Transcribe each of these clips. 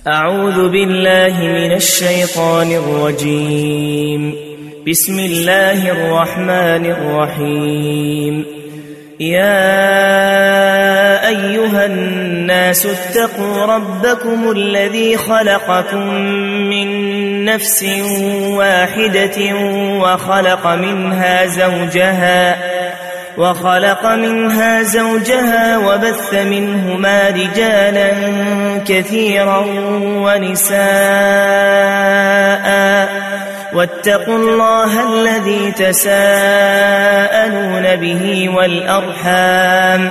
أعوذ بالله من الشيطان الرجيم. بسم الله الرحمن الرحيم. يا أيها الناس اتقوا ربكم الذي خلقكم من نفس واحدة وخلق منها زوجها وبث منهما رجالا كثيرا ونساء، واتقوا الله الذي تساءلون به والأرحام،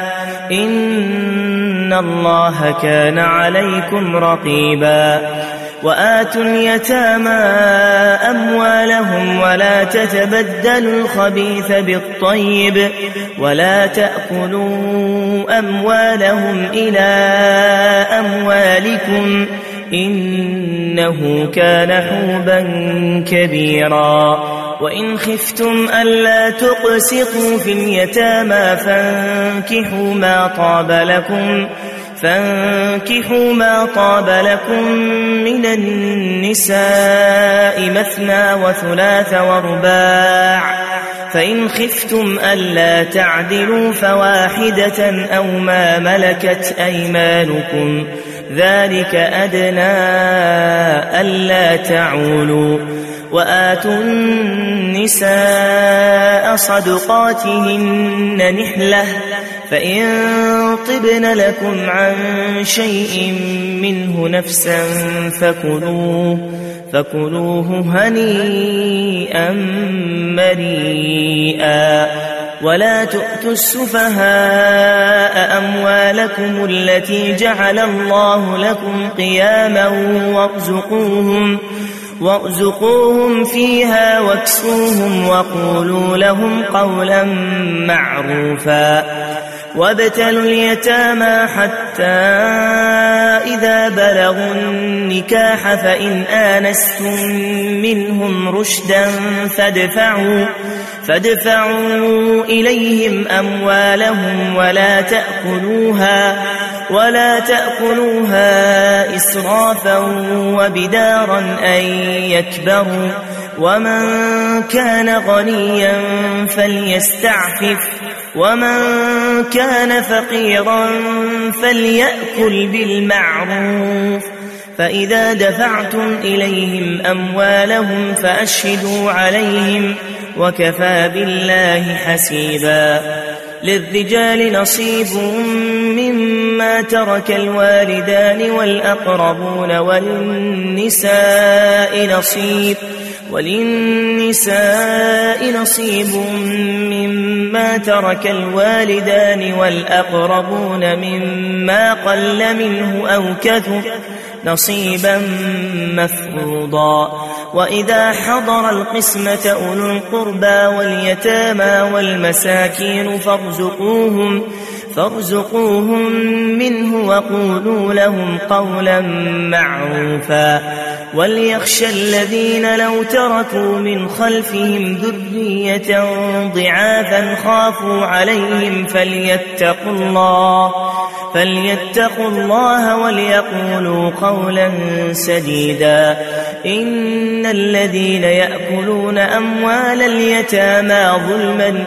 إن الله كان عليكم رقيبا. وآتوا اليتامى أموالهم ولا تتبدلوا الخبيث بالطيب ولا تأكلوا أموالهم إلى أموالكم، إنه كان حوبا كبيرا. وإن خفتم ألا تقسطوا في اليتامى فانكحوا ما طاب لكم من النساء مثنى وثلاث ورباع، فإن خفتم ألا تعدلوا فواحدة أو ما ملكت أيمانكم، ذلك أدنى ألا تعولوا. وآتوا النساء صدقاتهن نحلة، فإن طبن لكم عن شيء منه نفسا فكلوه هنيئا مريئا. ولا تؤتوا السفهاء أموالكم التي جعل الله لكم قياما وارزقوهم فيها واكسوهم وقولوا لهم قولا معروفا. وابتلوا اليتامى حتى إذا بلغوا النكاح، فإن آنستم منهم رشدا فادفعوا إليهم أموالهم ولا تأكلوها إسرافا وبدارا أن يكبروا. ومن كان غنيا فليستعفف، ومن كان فقيرا فليأكل بالمعروف. فإذا دفعتم إليهم أموالهم فأشهدوا عليهم، وكفى بالله حسيبا. للرجال نصيب مما ترك الوالدان والأقربون، وللنساء نصيب مما ترك الوالدان والأقربون مما قل منه أو كثر، نصيبا مفروضا. وإذا حضر القسمة أولو القربى واليتامى والمساكين فارزقوهم منه وقولوا لهم قولا معروفا. وليخشى الذين لو تركوا من خلفهم ذرية ضعافا خافوا عليهم فليتقوا الله وليقولوا قولا سديدا. إن الذين يأكلون أموال اليتامى ظلما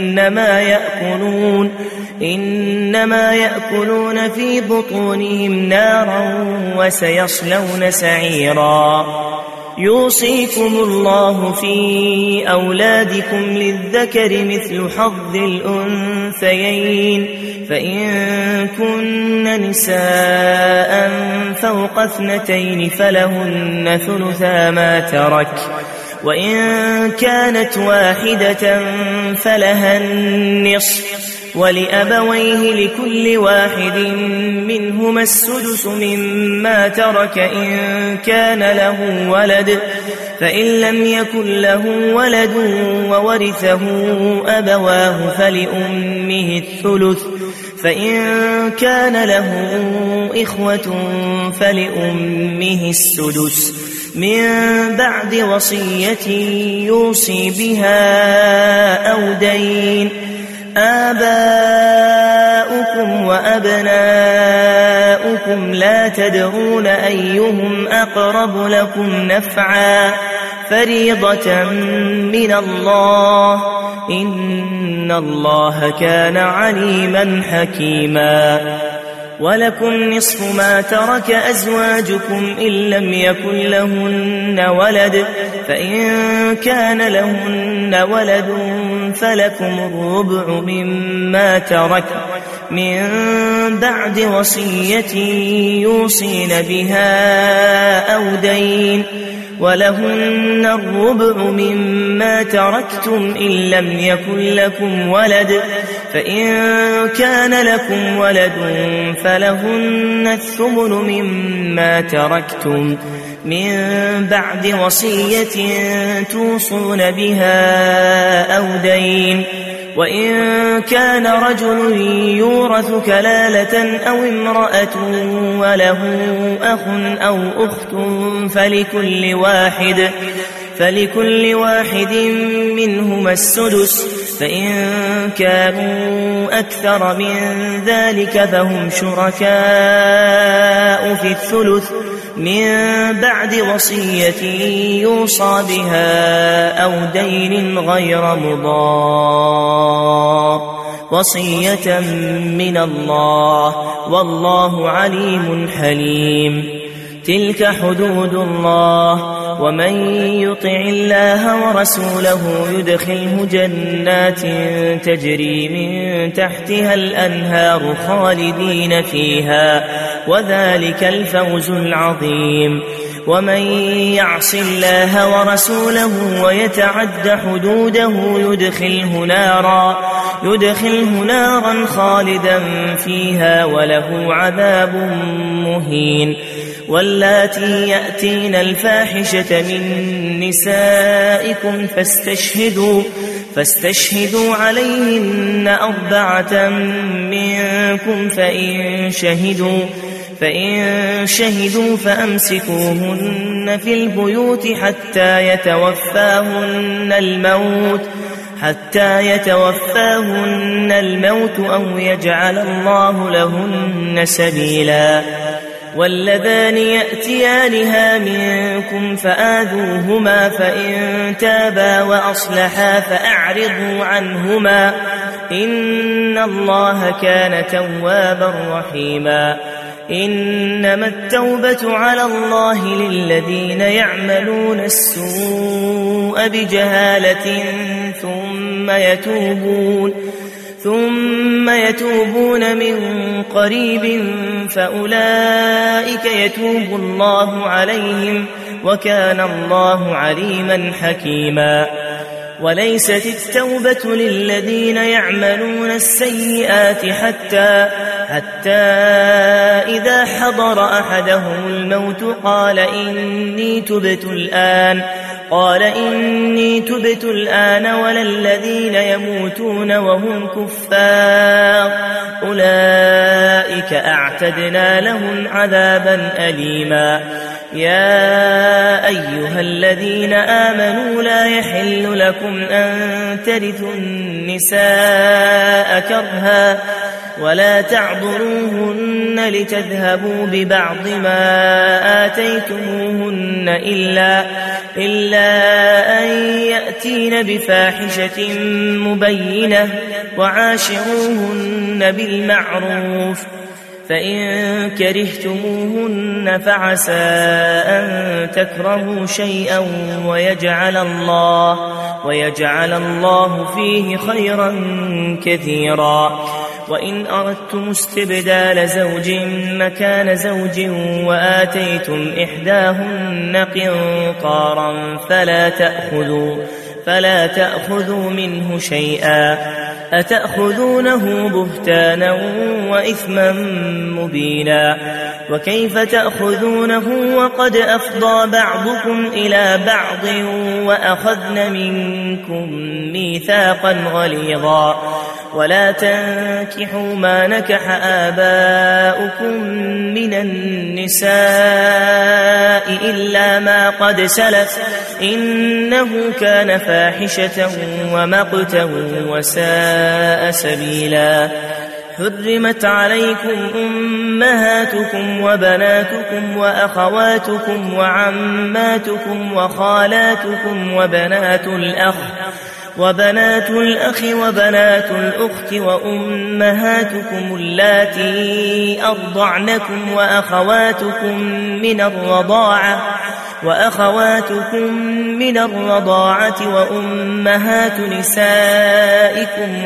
إنما يأكلون في بطونهم نارا وسيصلون سعيرا. يوصيكم الله في أولادكم للذكر مثل حظ الأنثيين، فإن كن نساء فوق 2 فلهن ثلثا ما ترك، وإن كانت واحدة فلها النصف، ولأبويه لكل واحد منهما السدس مما ترك إن كان له ولد، فإن لم يكن له ولد وورثه أبواه فلأمه الثلث، فإن كان له إخوة فلأمه السدس من بعد وصية يوصي بها أو دين. آباؤكم وأبناؤكم لا تدرون أيهم أقرب لكم نفعا فريضة من الله إن الله كان عليما حكيما ولكم نصف ما ترك أزواجكم إن لم يكن لهن ولد فإن كان لهن ولد فلكم الربع مما ترك من بعد وصية يوصين بها أو دين ولهن الربع مما تركتم إن لم يكن لكم ولد فإن كان لكم ولد فلهن الثمن مما تركتم من بعد وصية توصون بها أو دين وإن كان رجل يورث كلالة أو امرأة وله أخ أو أخت فلكل واحد منهما السدس فإن كانوا أكثر من ذلك فهم شركاء في الثلث من بعد وصية يوصى بها أو دين غير مضار وصية من الله والله عليم حليم تلك حدود الله ومن يطع الله ورسوله يدخله جنات تجري من تحتها الأنهار خالدين فيها وذلك الفوز العظيم ومن يعص الله ورسوله ويتعد حدوده يدخله نارا خالدا فيها وله عذاب مهين واللاتي يأتين الفاحشة من نسائكم فاستشهدوا عليهن 4 منكم فإن شهدوا فأمسكوهن في البيوت حتى يتوفاهن الموت أو يجعل الله لهن سبيلا واللذان يأتيانها منكم فآذوهما فإن تابا وأصلحا فأعرضوا عنهما إن الله كان توابا رحيما إنما التوبة على الله للذين يعملون السوء بجهالة ثم يتوبون من قريب فأولئك يتوب الله عليهم وكان الله عليما حكيما وليست التوبة للذين يعملون السيئات حتى إذا حضر أحدهم الموت قال إني تبت الآن ولا الذين يموتون وهم كفار أولئك أعتدنا لهم عذابا أليما يا أيها الذين آمنوا لا يحل لكم أن ترثوا النساء كرها ولا تعضلوهن لتذهبوا ببعض ما آتيتموهن إلا أن يأتين بفاحشة مبينة وعاشروهن بالمعروف فإن كرهتموهن فعسى أن تكرهوا شيئا ويجعل الله فيه خيرا كثيرا وإن أردتم استبدال زوج مكان زوج وآتيتم إحداهن قنطارا فلا تأخذوا منه شيئا أتأخذونه بهتانا وإثما مبينا وكيف تأخذونه وقد أفضى بعضكم إلى بعض وأخذن منكم ميثاقا غليظا ولا تنكحوا ما نكح آباؤكم من النساء إلا ما قد سلف إنه كان فاحشة ومقتا وساء سبيلا. حرمت عليكم أمهاتكم وبناتكم وأخواتكم وعماتكم وخالاتكم وبنات الأخ وبنات الأخت وأمهاتكم اللاتي أرضعنكم وأخواتكم من الرضاعة وأمهات نسائكم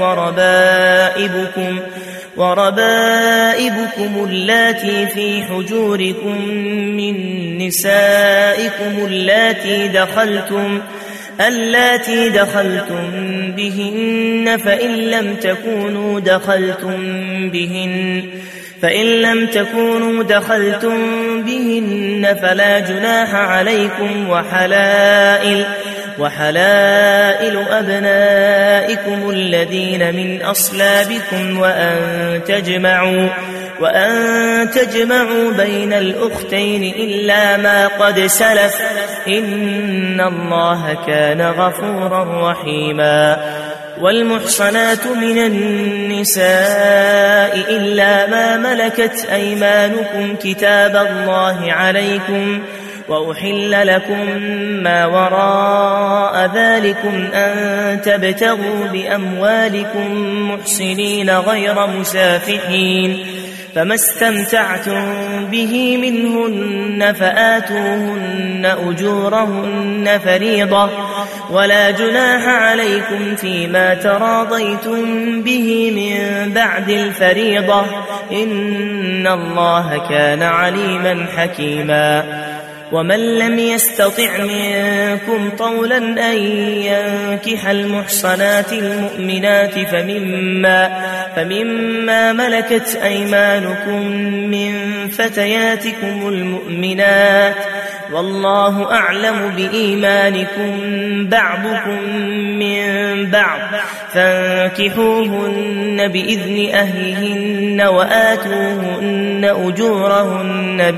وربائبكم اللاتي في حجوركم من نسائكم اللاتي دخلتم بهن فإن لم تكونوا دخلتم بهن فلا جناح عليكم وحلائل أبنائكم الذين من أصلابكم وأن تجمعوا بين الأختين إلا ما قد سلف إن الله كان غفورا رحيما. والمحصنات من النساء إلا ما ملكت أيمانكم كتاب الله عليكم وأحل لكم ما وراء ذلكم أن تبتغوا بأموالكم محسنين غير مسافحين فما استمتعتم به منهن فآتوهن أجورهن فريضة ولا جناح عليكم فيما تراضيتم به من بعد الفريضة إن الله كان عليما حكيما. ومن لم يستطع منكم طولا أن ينكح المحصنات المؤمنات فمما ملكت أيمانكم من فتياتكم المؤمنات والله أعلم بإيمانكم بعضكم من بعض فانكحوهن بإذن أهلهن وآتوهن أجورهن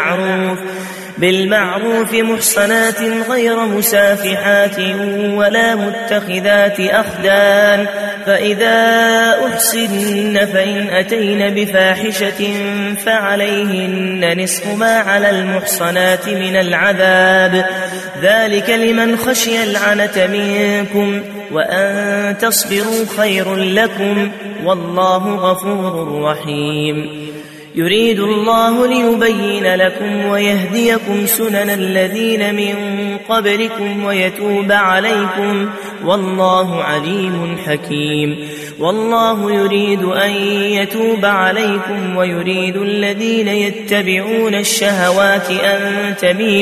بالمعروف محصنات غير مسافحات ولا متخذات أخدان فإذا أحسن فإن أتين بفاحشة فعليهن نصف ما على المحصنات من العذاب ذلك لمن خشي العنة منكم وأن تصبروا خير لكم والله غفور رحيم. يريد الله ليبين لكم ويهديكم سنن الذين من قبلكم ويتوب عليكم والله عليم حكيم. والله يريد أن يتوب عليكم ويريد الذين يتبعون الشهوات أن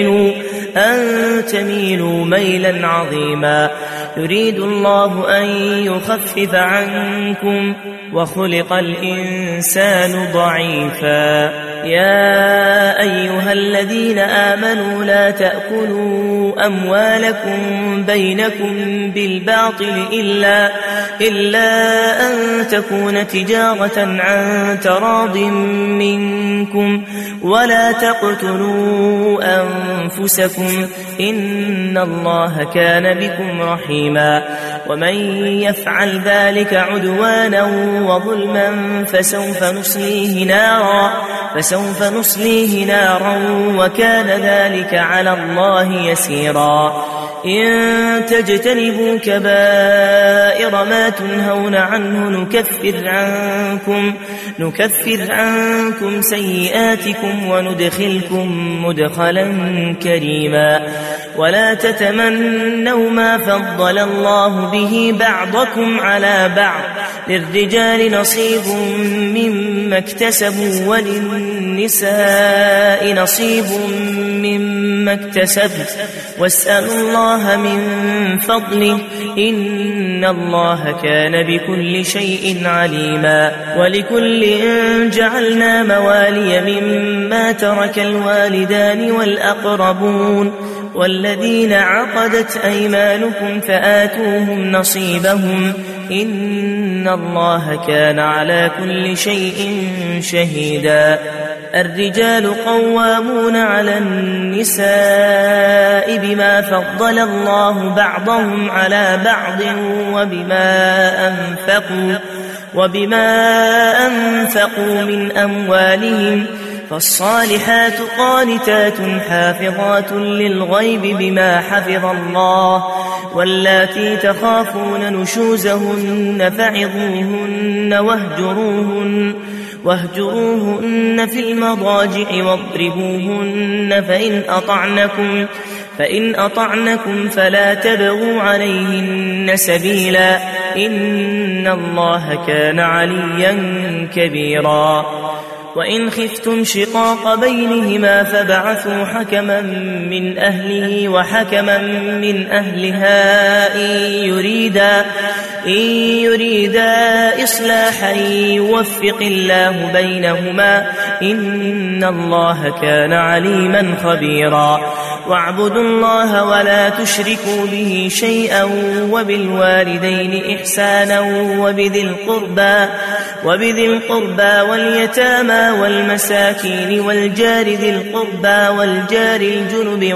تميلوا ميلا عظيما. يريد الله أن يخفف عنكم وخلق الإنسان ضعيفا. يا أيها الذين آمنوا لا تأكلوا أموالكم بينكم بالباطل إلا أن تكون تجارة عن تراض منكم ولا تقتلوا أنفسكم إن الله كان بكم رحيما. ومن يفعل ذلك عدوانا وظلما فسوف نصليه نارا وكان ذلك على الله يسيرا. إن تجتنبوا كبائر ما تنهون عنه نكفر عنكم سيئاتكم وندخلكم مدخلا كريما. ولا تتمنوا ما فضل الله به بعضكم على بعض للرجال نصيب مما اكتسبوا وللنساء نصيب مما اكتسبن واسألوا الله من فضله إن الله كان بكل شيء عليما. ولكل جعلنا موالي مما ترك الوالدان والأقربون والذين عقدت أيمانكم فآتوهم نصيبهم إن الله كان على كل شيء شهيدا. الرجال قوامون على النساء بما فضل الله بعضهم على بعض وبما أنفقوا من أموالهم، فالصالحات قانتات حافظات للغيب بما حفظ الله، واللاتي تخافون نشوزهن فعظوهن واهجروهن في المضاجع واضربوهن، فإن أطعنكم فلا تبغوا عليهن سبيلا، إن الله كان عليا كبيرا. وإن خفتم شقاق بينهما فابعثوا حكما من أهله وحكما من أهلها إن يريدا إصلاحا يوفق الله بينهما، إن الله كان عليما خبيرا. واعبدوا الله ولا تشركوا به شيئا، وبالوالدين إحسانا، وبذي القربى واليتامى والمساكين والجار ذي القربى والجار الجنب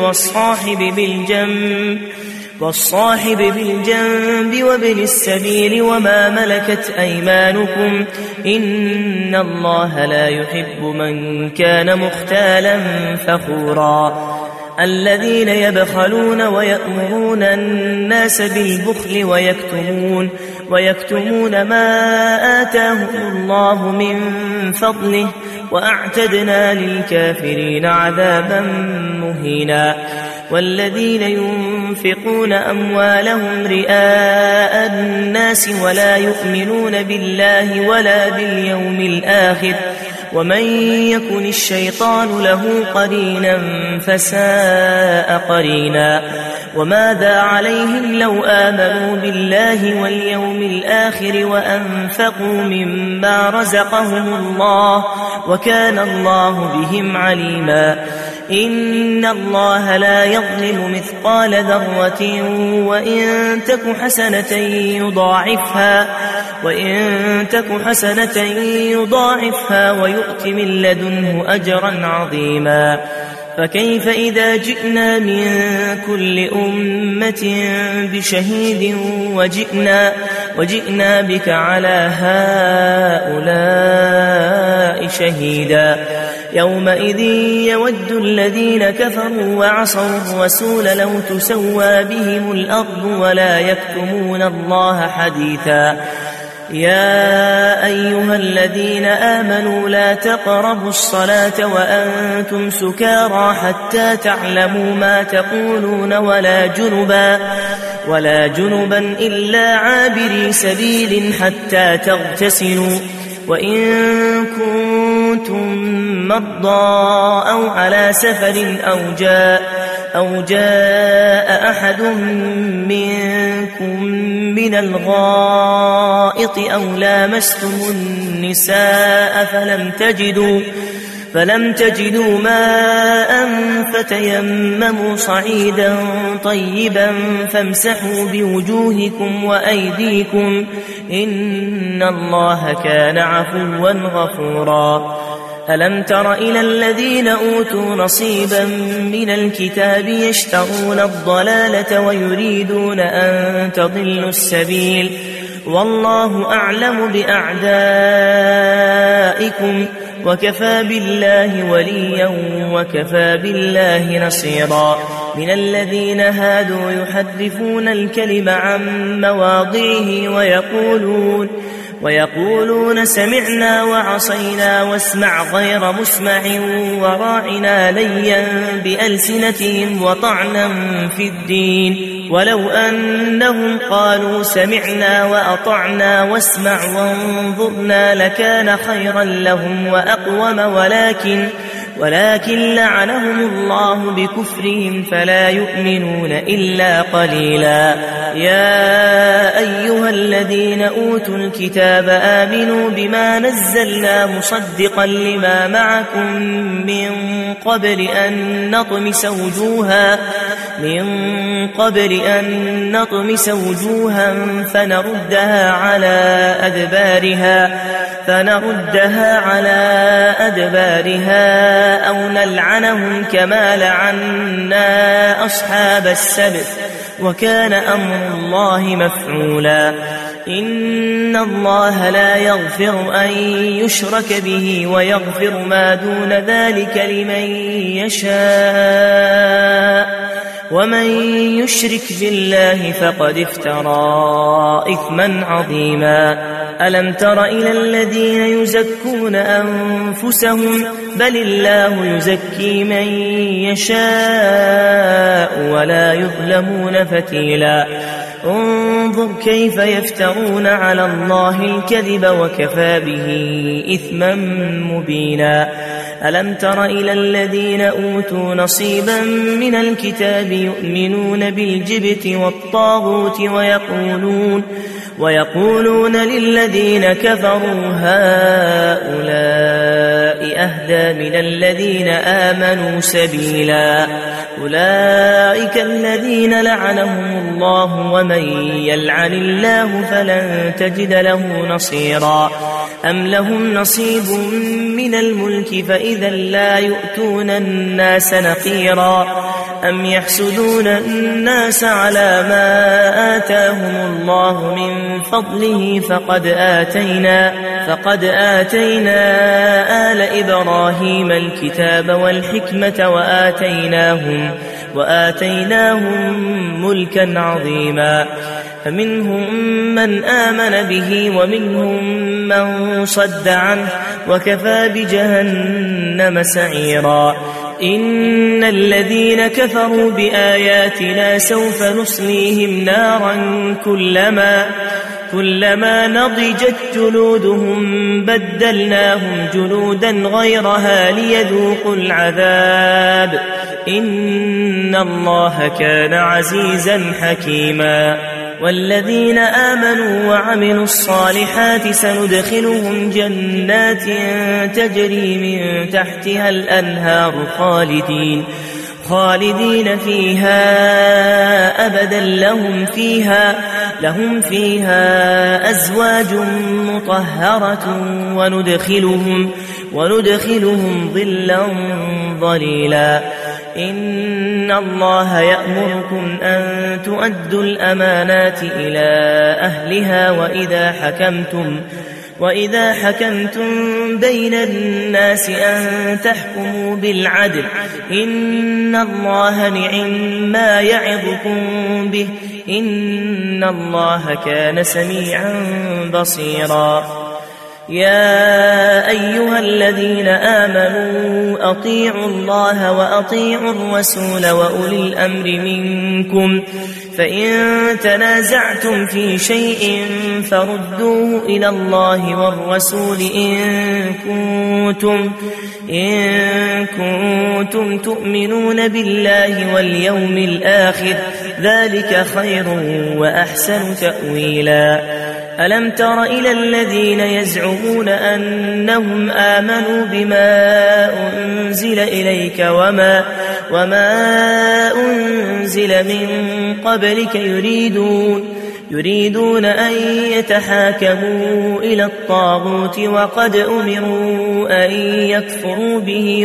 والصاحب بالجنب وابن السبيل وما ملكت أيمانكم، إن الله لا يحب من كان مختالا فخورا. الذين يبخلون ويأمرون الناس بالبخل ويكتمون ما آتاهم الله من فضله، وأعتدنا للكافرين عذابا مهينا. والذين ينفقون أموالهم رئاء الناس ولا يؤمنون بالله ولا باليوم الآخر، ومن يكن الشيطان له قرينا فساء قرينا. وماذا عليهم لو آمنوا بالله واليوم الآخر وأنفقوا مما رزقهم الله، وكان الله بهم عليما. إن الله لا يظلم مثقال ذرة، وإن تك حسنة يضاعفها ويؤت من لدنه أجرا عظيما. فكيف إذا جئنا من كل أمة بشهيد وجئنا بك على هؤلاء شهيدا، يومئذ يود الذين كفروا وعصوا الرسول لو تسوى بهم الأرض ولا يكتمون الله حديثا. يا أيها الذين آمنوا لا تقربوا الصلاة وأنتم سكارى حتى تعلموا ما تقولون ولا جنبا إلا عابري سبيل حتى تغتسلوا، وإن كنتم مرضى أو على سفر أو جاء أحد منكم من الغائط أو لامستم النساء فلم تجدوا ماء فتيمموا صعيدا طيبا فامسحوا بوجوهكم وأيديكم، إن الله كان عفوا غفورا. ألم تر إلى الذين أوتوا نصيبا من الكتاب يشترون الضلالة ويريدون أن تضلوا السبيل، والله أعلم بأعدائكم، وكفى بالله وليا وكفى بالله نصيرا. من الذين هادوا يحرفون الكلم عن مواضعه ويقولون سمعنا وعصينا واسمع غير مسمع وراعنا ليا بألسنتهم وطعنا في الدين، ولو أنهم قالوا سمعنا وأطعنا واسمع وانظرنا لكان خيرا لهم وأقوم، ولكن لعنهم الله بكفرهم فلا يؤمنون إلا قليلا. يا أيها الذين أوتوا الكتاب آمنوا بما نزلنا مصدقا لما معكم من قبل أن نطمس وجوها فنردها على أدبارها أو نلعنهم كما لعنا أصحاب السبت وكان أمر الله مفعولا. إن الله لا يغفر أن يشرك به ويغفر ما دون ذلك لمن يشاء ومن يشرك بالله فقد افترى إثما عظيما. ألم تر إلى الذين يزكون أنفسهم بل الله يزكي من يشاء ولا يظلمون فتيلا. انظر كيف يفترون على الله الكذب وكفى به إثما مبينا. ألم تر إلى الذين أوتوا نصيبا من الكتاب يؤمنون بالجبت والطاغوت ويقولون للذين كفروا هؤلاء أهدى من الذين آمنوا سبيلا. أولئك الذين لعنهم الله ومن يلعن الله فلن تجد له نصيرا. أم لهم نصيب من الملك فإذا لا يؤتون الناس نقيرا. أم يحسدون الناس على ما آتاهم الله من فضله فقد آتينا آل إبراهيم الكتاب والحكمة وآتيناهم ملكا عظيما. فمنهم من آمن به ومنهم من صد عنه وكفى بجهنم سعيرا. إن الذين كفروا بآياتنا سوف نصليهم نارا كلما نضجت جلودهم بدلناهم جلودا غيرها ليذوقوا العذاب إن الله كان عزيزا حكيما. والذين آمنوا وعملوا الصالحات سندخلهم جنات تجري من تحتها الأنهار خالدين فيها أبدا لهم فيها أزواج مطهرة وندخلهم ظلا ظليلا. إن الله يأمركم أن تؤدوا الأمانات إلى أهلها وإذا حكمتم بين الناس أن تحكموا بالعدل إن الله نعم ما يعظكم به إن الله كان سميعا بصيرا. يا أيها الذين آمنوا أطيعوا الله وأطيعوا الرسول وأولي الأمر منكم فإن تنازعتم في شيء فردوه إلى الله والرسول إن كنتم تؤمنون بالله واليوم الآخر ذلك خير وأحسن تأويلا. ألم تر إلى الذين يزعمون أنهم آمنوا بما أنزل إليك وما أنزل من قبلك يريدون أن يتحاكموا إلى الطاغوت وقد أمروا أن يكفروا به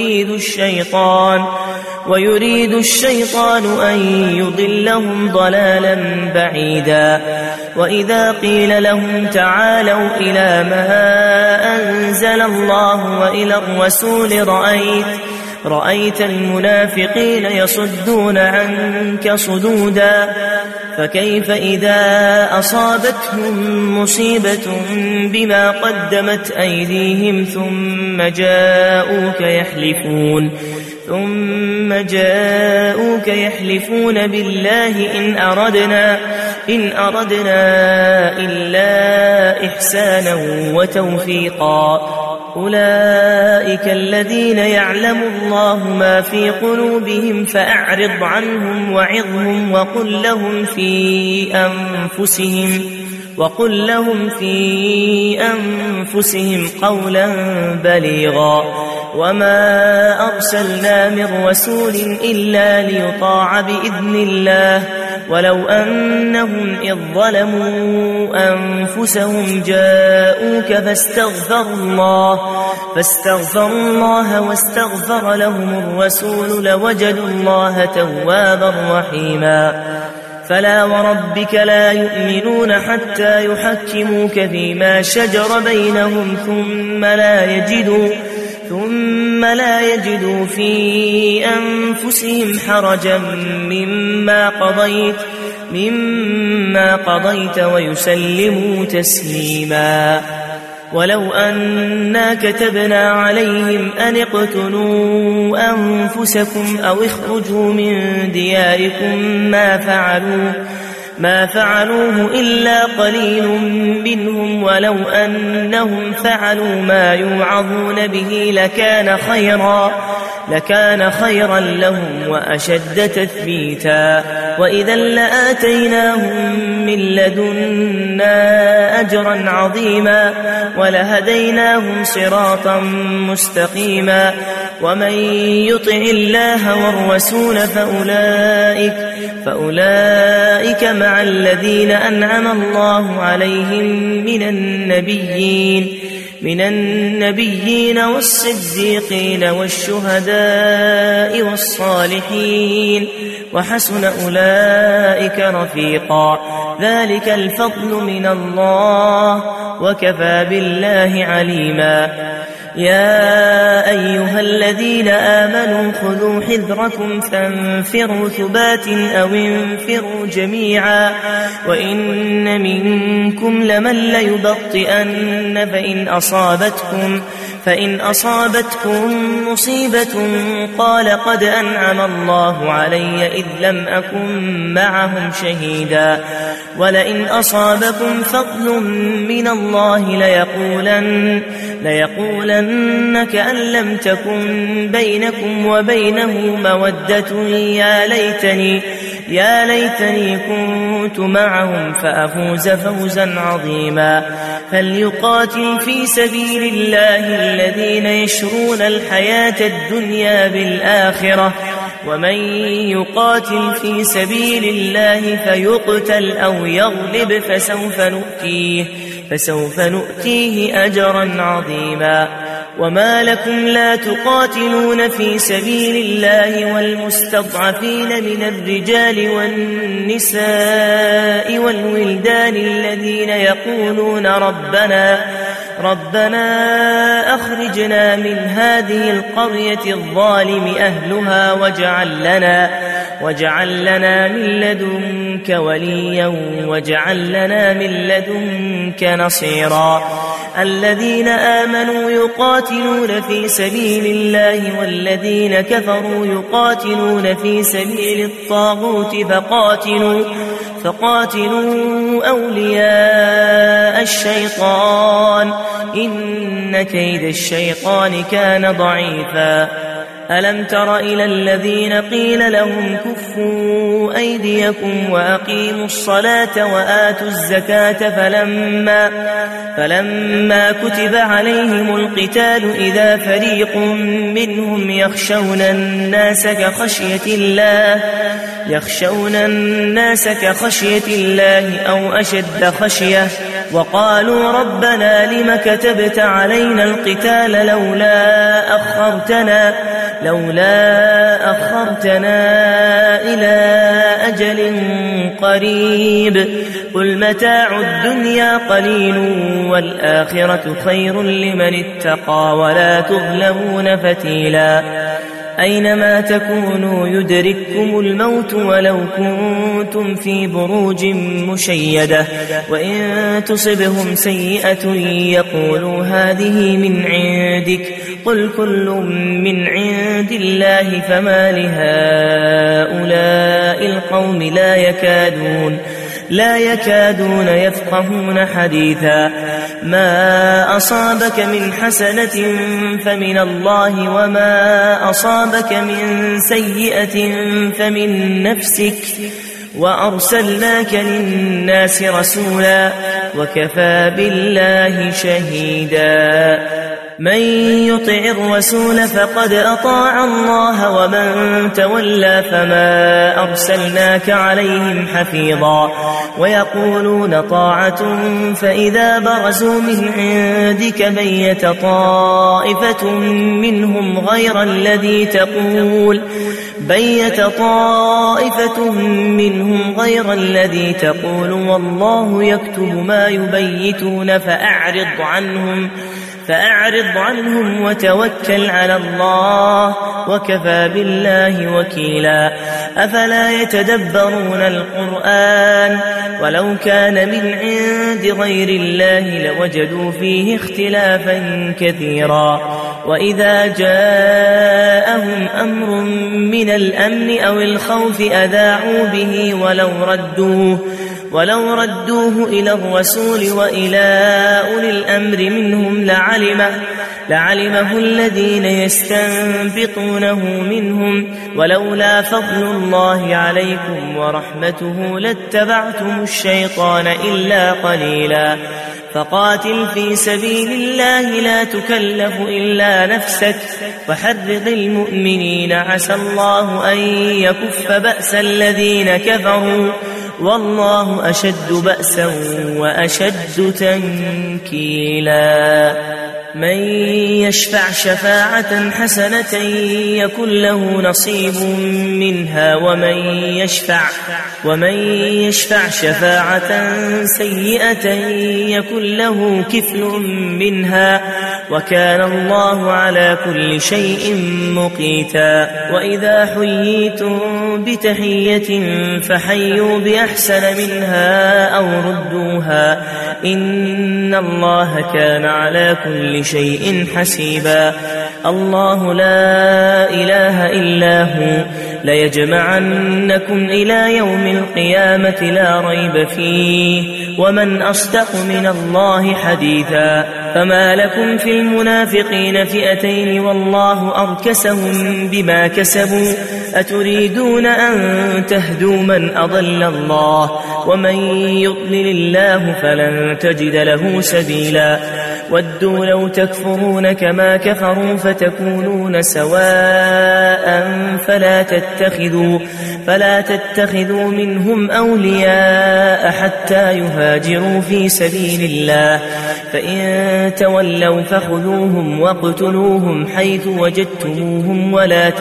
ويريد الشيطان أن يضلهم ضلالا بعيدا. وإذا قيل لهم تعالوا إلى ما أنزل الله وإلى الرسول رأيت المنافقين يصدون عنك صدودا. فكيف إذا أصابتهم مصيبة بما قدمت أيديهم ثم جاءوك يحلفون بالله إن أردنا إلا إحسانا وتوفيقا أولئك الذين يعلم الله ما في قلوبهم فأعرض عنهم وعظهم وقل لهم في أنفسهم قولا بليغا وما أرسلنا من رسول إلا ليطاع بإذن الله ولو أنهم إذ ظلموا أنفسهم جاءوك فاستغفروا الله واستغفر لهم الرسول لوجدوا الله توابا رحيما فلا وربك لا يؤمنون حتى يحكموك فيما شجر بينهم ثم لا يجدوا في أنفسهم حرجا مما قضيت ويسلموا تسليما ولو أنا كتبنا عليهم أن اقتلوا أنفسكم أو اخرجوا من دياركم ما فعلوه إلا قليل منهم ولو أنهم فعلوا ما يوعظون به لكان خيرا لهم وأشد تثبيتا وإذا لآتيناهم من لدنا أجرا عظيما ولهديناهم صراطا مستقيما ومن يطع الله والرسول فأولئك مع الذين أنعم الله عليهم من النبيين والصديقين والشهداء والصالحين وحسن أولئك رفيقا ذلك الفضل من الله وكفى بالله عليما يا أيها الذين آمنوا خذوا حذركم فانفروا ثبات أو انفروا جميعا وإن منكم لمن ليبطئن فإن أصابتكم مصيبة قال قد أنعم الله علي إذ لم أكن معهم شهيدا ولئن أصابكم فضل من الله ليقولن كأن لم تكن بينكم وبينه مودة يا ليتني كنت معهم فأفوز فوزا عظيما فليقاتل في سبيل الله الذين يشرون الحياة الدنيا بالآخرة ومن يقاتل في سبيل الله فيقتل أو يغلب فسوف نؤتيه أجرا عظيما وما لكم لا تقاتلون في سبيل الله والمستضعفين من الرجال والنساء والولدان الذين يقولون ربنا أخرجنا من هذه القرية الظالم أهلها واجعل لنا من لدنك وليا واجعل لنا من لدنك نصيرا الذين آمنوا يقاتلون في سبيل الله والذين كفروا يقاتلون في سبيل الطاغوت فقاتلوا أولياء الشيطان إن كيد الشيطان كان ضعيفا ألم تر إلى الذين قيل لهم كفوا أيديكم وأقيموا الصلاة وآتوا الزكاة فلما كتب عليهم القتال إذا فريق منهم يخشون الناس كخشية الله أو أشد خشية وقالوا ربنا لم كتبت علينا القتال لولا أخرتنا إلى أجل قريب قل متاع الدنيا قليل والآخرة خير لمن اتقى ولا تظلمون فتيلا أينما تكونوا يدرككم الموت ولو كنتم في بروج مشيدة وإن تصبهم سيئة يقولوا هذه من عندك قل كل من عند الله فما لهؤلاء القوم لا يكادون يفقهون حديثا. ما أصابك من حسنة فمن الله وما أصابك من سيئة فمن نفسك وأرسلناك للناس رسولا وكفى بالله شهيدا. من يطع الرسول فقد أطاع الله ومن تولى فما أرسلناك عليهم حفيظا. ويقولون طاعة فإذا برزوا من عندك بيت طائفة منهم غير الذي تقول والله يكتب ما يبيتون فأعرض عنهم وتوكل على الله وكفى بالله وكيلا. أفلا يتدبرون القرآن ولو كان من عند غير الله لوجدوا فيه اختلافا كثيرا. وإذا جاءهم أمر من الأمن أو الخوف أذاعوا به ولو ردوه إلى الرسول وإلى أولي الأمر منهم لعلمه الذين يستنبطونه منهم ولولا فضل الله عليكم ورحمته لاتبعتم الشيطان إلا قليلا. فقاتل في سبيل الله لا تكلف إلا نفسك وحرض المؤمنين عسى الله أن يكف بأس الذين كفروا والله أشد بأسا وأشد تنكيلا. من يشفع شفاعة حسنة يكن له نصيب منها ومن يشفع شفاعة سيئة يكن له كفل منها وكان الله على كل شيء مقيتا. وإذا حييتم بتحية فحيوا بأحسن منها أو ردوها إن الله كان على كل شيء حسيبا. الله لا إله إلا هو ليجمعنكم إلى يوم القيامة لا ريب فيه ومن أصدق من الله حديثا. فما لكم في المنافقين فئتين والله أركسهم بما كسبوا أتريدون أن تهدوا من أضل الله ومن يضلل الله فلن تجد له سبيلا. ودوا لو تكفرون كما كفروا فتكونون سواء فلا تتخذوا منهم أولياء حتى يهاجروا في سبيل الله فإن تولوا فخذوهم واقتلوهم حيث وجدتموهم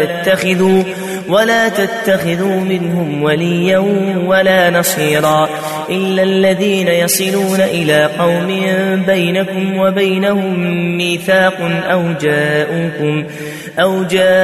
ولا تتخذوا منهم وليا ولا نصيرا إلا الذين يصلون إلى قوم بينكم وبينهم ميثاق أو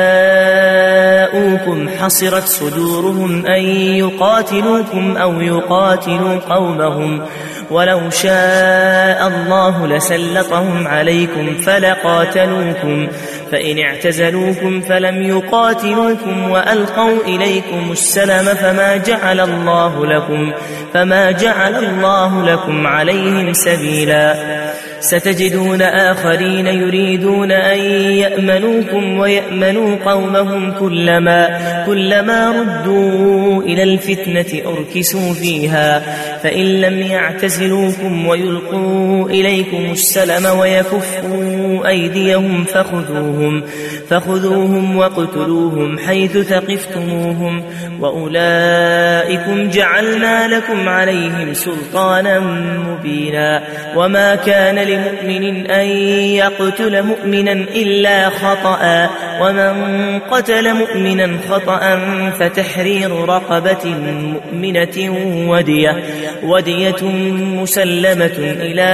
جاءوكم حصرت صدورهم أن يقاتلوكم أو يقاتلوا قومهم ولو شاء الله لسلطهم عليكم فلقاتلوكم فإن اعتزلوكم فلم يقاتلوكم وألقوا إليكم السلم فما جعل الله لكم عليهم سبيلا. ستجدون آخرين يريدون أن يأمنوكم ويأمنوا قومهم كلما ردوا إلى الفتنة أركسوا فيها فإن لم يعتزلوكم ويلقوا إليكم السلم ويكفوا أيديهم فخذوهم واقتلوهم حيث ثقفتموهم وأولئكم جعلنا لكم عليهم سلطانا مبينا. وما كان لمؤمن أن يقتل مؤمنا إلا خطأ ومن قتل مؤمنا خطأ فتحرير رقبة مؤمنة ودية مسلمة إلى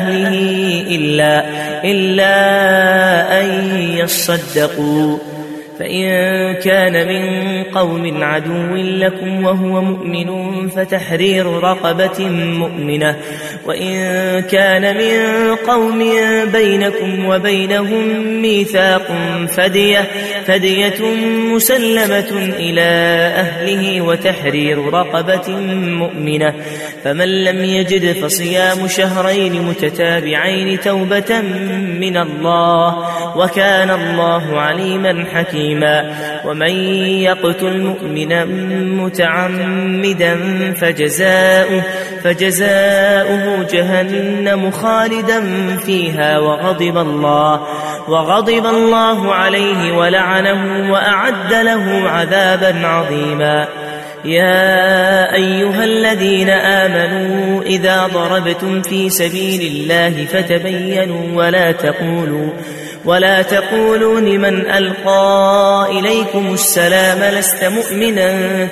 أهله إلا أن يصدقوا فإن كان من قوم عدو لكم وهو مؤمن فتحرير رقبة مؤمنة، وإن كان من قوم بينكم وبينهم ميثاق فدية مسلمة إلى أهله وتحرير رقبة مؤمنة، فمن لم يجد فصيام شهرين متتابعين توبة من الله، وكان الله عليما حكيما. ومن يقتل مؤمنا متعمدا فجزاؤه جهنم خالدا فيها وغضب الله عليه ولعنه وأعد له عذابا عظيما. يا أيها الذين آمنوا إذا ضربتم في سبيل الله فتبينوا ولا تقولوا لمن ألقى إليكم السلام لست مؤمنا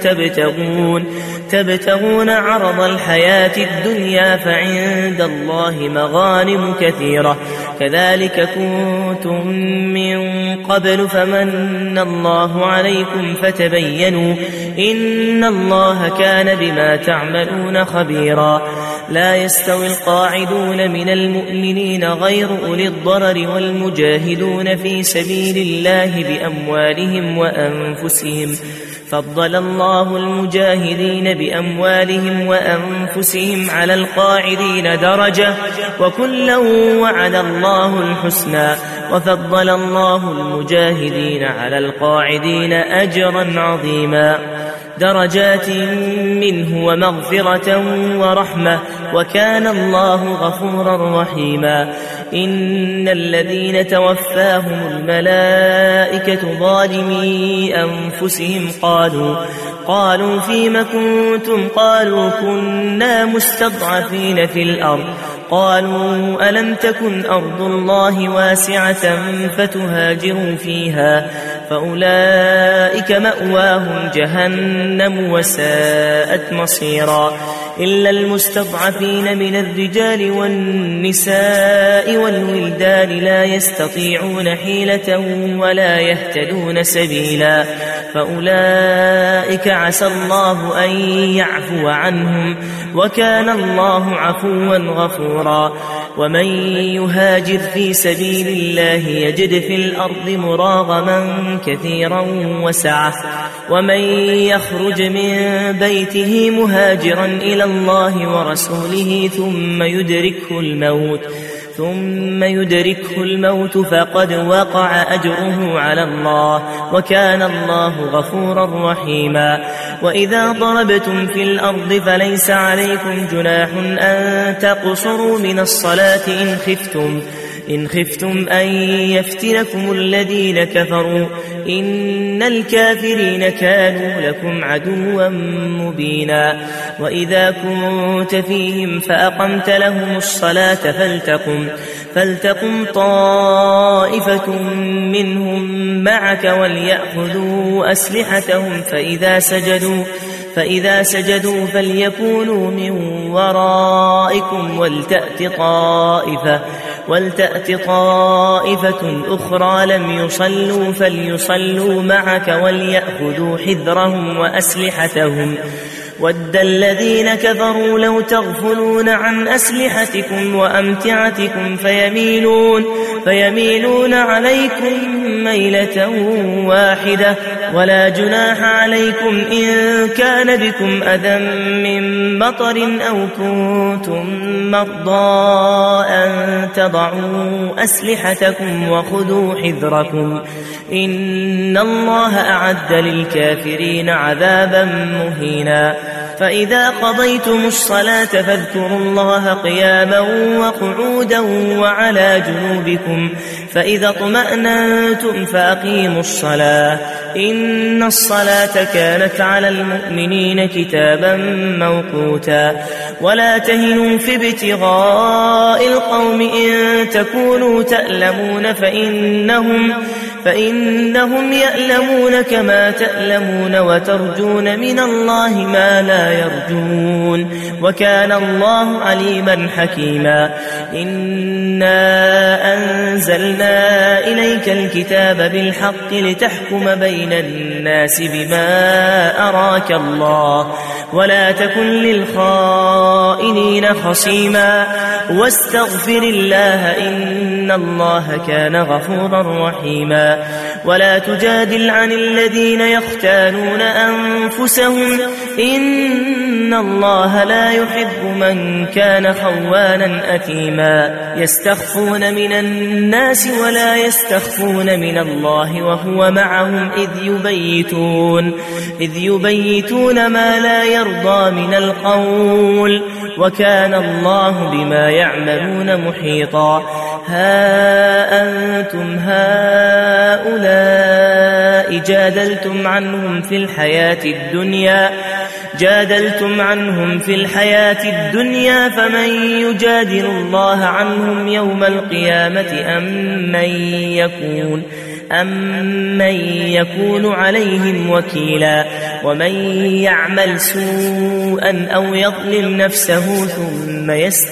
تبتغون عرض الحياة الدنيا فعند الله مغانم كثيرة كذلك كنتم من قبل فمن الله عليكم فتبينوا إن الله كان بما تعملون خبيرا. لا يستوي القاعدون من المؤمنين غير أولي الضرر والمجاهدون في سبيل الله بأموالهم وأنفسهم، فضل الله المجاهدين بأموالهم وأنفسهم على القاعدين درجة وكلا وعد الله الحسنى، وفضل الله المجاهدين على القاعدين أجرا عظيما، درجات منه ومغفرة ورحمة، وكان الله غفورا رحيما. إن الذين توفاهم الملائكة ظالمي أنفسهم قالوا فيم كنتم؟ قالوا كنا مستضعفين في الأرض. قالوا ألم تكن أرض الله واسعة فتهاجروا فيها فأولئك مأواهم جهنم وساءت مصيرا. إلا المستضعفين من الرجال والنساء والولدان لا يستطيعون حيلة ولا يهتدون سبيلا، فأولئك عسى الله أن يعفو عنهم، وكان الله عفوا غفورا. ومن يهاجر في سبيل الله يجد في الأرض مراغما كثيرا وسعة، ومن يخرج من بيته مهاجرا إلى الله ورسوله ثم يدركه الموت فقد وقع أجره على الله، وكان الله غفورا رحيما. وإذا ضربتم في الأرض فليس عليكم جناح أن تقصروا من الصلاة إن خفتم أن يفتنكم الذين كفروا إن الكافرين كانوا لكم عدوا مبينا. وإذا كنت فيهم فأقمت لهم الصلاة فلتقم طائفة منهم معك وليأخذوا أسلحتهم فإذا سجدوا فليكونوا من ورائكم ولتأت طائفة أخرى لم يصلوا فليصلوا معك وليأخذوا حذرهم وأسلحتهم. ود الذين كفروا لو تغفلون عن أسلحتكم وأمتعتكم فيميلون عليكم ميلة واحدة، ولا جناح عليكم إن كان بكم أذى من مطر أو كنتم مرضى أن تضعوا أسلحتكم وخذوا حذركم إن الله أعد للكافرين عذابا مهينا. فإذا قضيتم الصلاة فاذكروا الله قياما وقعودا وعلى جنوبكم، فإذا اطمأننتم فأقيموا الصلاة إن الصلاة كانت على المؤمنين كتابا موقوتا. ولا تهنوا في ابتغاء القوم إن تكونوا تألمون فإنهم يألمون كما تألمون وترجون من الله ما لا يرجون، وكان الله عليما حكيما. إنا أنزلنا أنزلنا إليك الكتاب بالحق لتحكم بين الناس بما أراك الله ولا تكن للخائنين خصيما واستغفر الله إن الله كان غفورا رحيما ولا تجادل عن الذين يختانون أنفسهم إن الله لا يحب من كان خوانا أثيما يستخفون من الناس ولا يستخفون من الله وهو معهم إذ يبيتون ما لا يرضى من القول وكان الله بما يعملون محيطا ها أنتم هؤلاء جادلتم عنهم في الحياة الدنيا فمن يجادل الله عنهم يوم القيامة أم من يكون عليهم وكيلا ومن يعمل سوءا أو يظلم نفسه ثم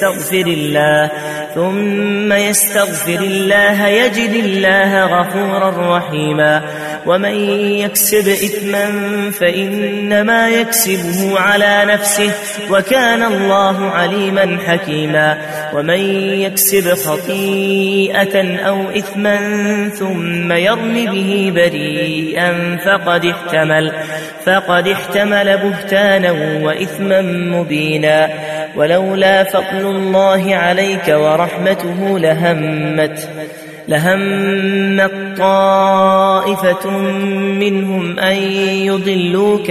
يستغفر الله يجد الله غفورا رحيما ومن يكسب إثما فإنما يكسبه على نفسه وكان الله عليما حكيما ومن يكسب خطيئة أو إثما ثم يرم به بريئا فقد احتمل بهتانا وإثما مبينا ولولا فضل الله عليك ورحمته لهمت طائفة منهم أن يضلوك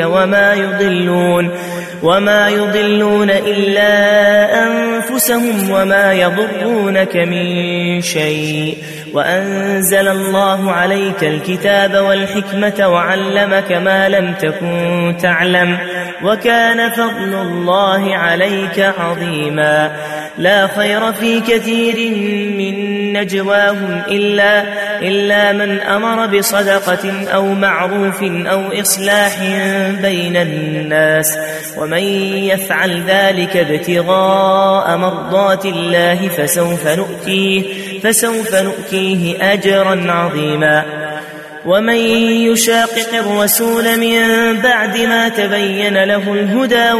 وما يضلون إلا أنفسهم وما يضرونك من شيء وأنزل الله عليك الكتاب والحكمة وعلمك ما لم تكن تعلم وكان فضل الله عليك عظيما لا خير في كثير من نجواهم إلا من أمر بصدقة أو معروف أو إصلاح بين الناس ومن يفعل ذلك ابتغاء مرضات الله فسوف نؤتيه أجرا عظيما ومن يشاقق الرسول من بعد ما تبين له الهدى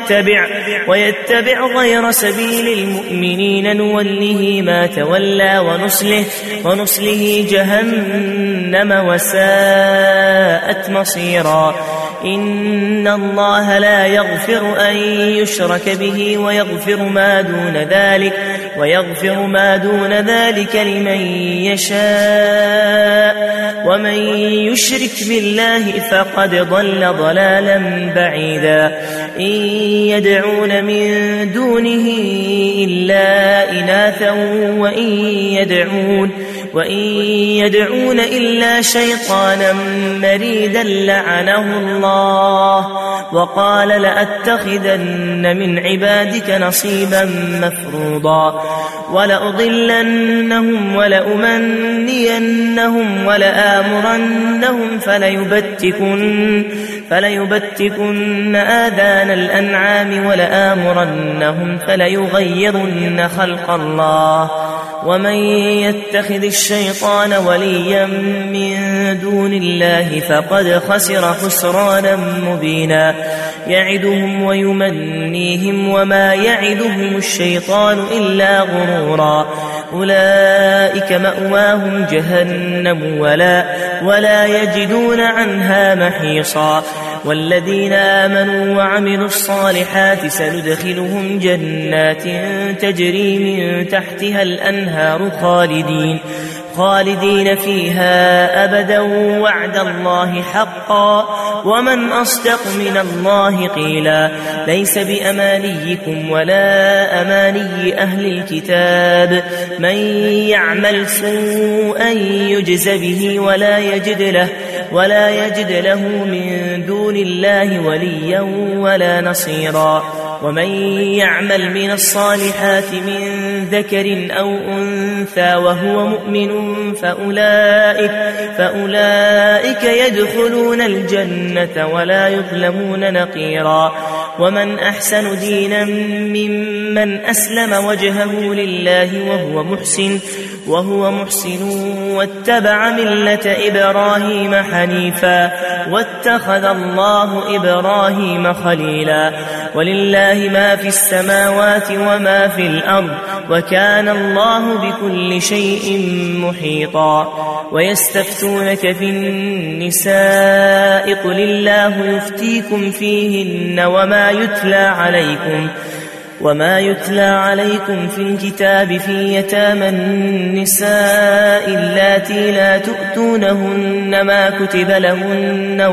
ويتبع غير سبيل المؤمنين نوله ما تولى ونصله جهنم وساءت مصيرا إن الله لا يغفر أن يشرك به ويغفر ما دون ذلك لمن يشاء ومن يشرك بالله فقد ضل ضلالا بعيدا إن يدعون من دونه إلا إناثا وإن يدعون إلا شيطانا مريدا لعنه الله وقال لأتخذن من عبادك نصيبا مفروضا ولأضلنهم ولأمنينهم ولآمرنهم فليبتكن آذان الأنعام ولآمرنهم فليغيرن خلق الله ومن يتخذ الشيطان وليا من دون الله فقد خسر خسرانا مبينا يعدهم ويمنيهم وما يعدهم الشيطان إلا غرورا أولئك مأواهم جهنم ولا يجدون عنها محيصا والذين آمنوا وعملوا الصالحات سندخلهم جنات تجري من تحتها الأنهار خالدين فيها أبدا وعد الله حقا ومن أصدق من الله قيلا ليس بأمانيكم ولا أماني أهل الكتاب من يعمل سوءا يجز به ولا يجد له من دون الله وليا ولا نصيرا ومن يعمل من الصالحات من ذكر أو أنثى وهو مؤمن فأولئك يدخلون الجنة ولا يظلمون نقيرا ومن أحسن دينا ممن أسلم وجهه لله وهو محسن واتبع ملة إبراهيم حنيفا واتخذ الله إبراهيم خليلا ولله ما في السماوات وما في الأرض وكان الله بكل شيء محيطا ويستفتونك في النساء قل الله يفتيكم فيهن وما يتلى عليكم في الكتاب في يتامى النساء اللاتي لا تؤتونهن ما كتب لهن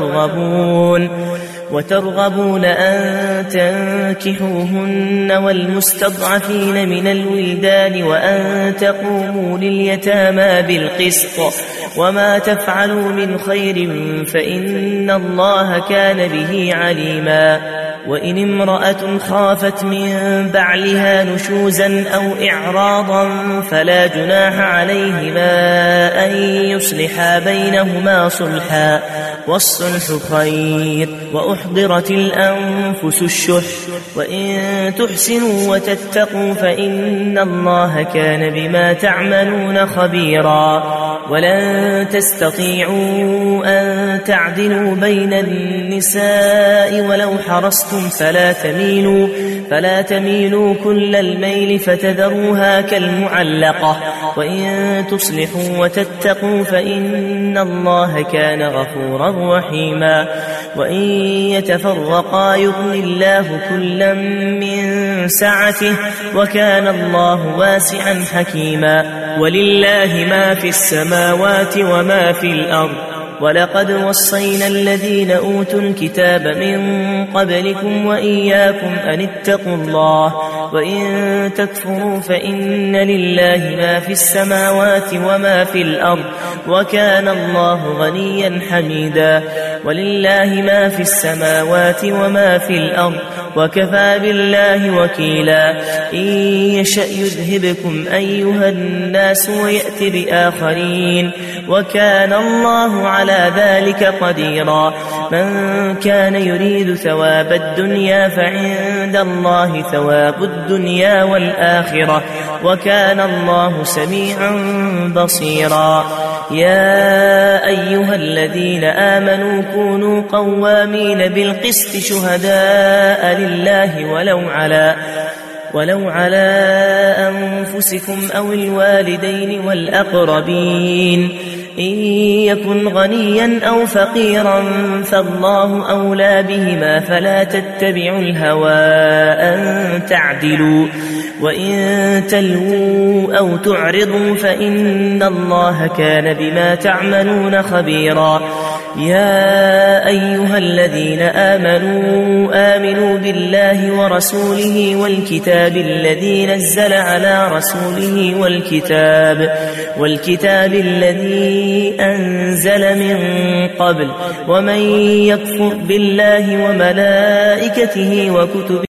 وترغبون أن تنكحوهن والمستضعفين من الولدان وأن تقوموا لليتامى بالقسط وما تفعلوا من خير فإن الله كان به عليما وإن امرأة خافت من بعلها نشوزا أو إعراضا فلا جناح عليهما أن يصلحا بينهما صلحا والصلح خير وأحضرت الأنفس الشح وإن تحسنوا وتتقوا فإن الله كان بما تعملون خبيرا ولن تستطيعوا أن تعدلوا بين النساء ولو حرصتم فلا تميلوا كل الميل فتذروها كالمعلقة وإن تصلحوا وتتقوا فإن الله كان غفورا رحيما وإن يتفرقا يغن الله كلا من سعته وكان الله واسعا حكيما ولله ما في السماوات وما في الأرض ولقد وصينا الذين أوتوا الكتاب من قبلكم وإياكم أن اتقوا الله وإن تكفروا فإن لله ما في السماوات وما في الأرض وكان الله غنيا حميدا ولله ما في السماوات وما في الأرض وكفى بالله وكيلا إن يشأ يذهبكم أيها الناس ويأت بآخرين وكان الله على ذلك قديرا من كان يريد ثواب الدنيا فعند الله ثواب الدنيا والآخرة وكان الله سميعا بصيرا يا أيها الذين آمنوا كونوا قوامين بالقسط شهداء لله ولو على أنفسكم أو الوالدين والأقربين إن يكن غنيا أو فقيرا فالله أولى بهما فلا تتبعوا الهوى أن تعدلوا وإن تلووا أو تعرضوا فإن الله كان بما تعملون خبيرا يا أيها الذين آمنوا بالله ورسوله والكتاب الذي نزل على رسوله والكتاب الذي أنزل من قبل ومن يكفر بالله وملائكته وكتبه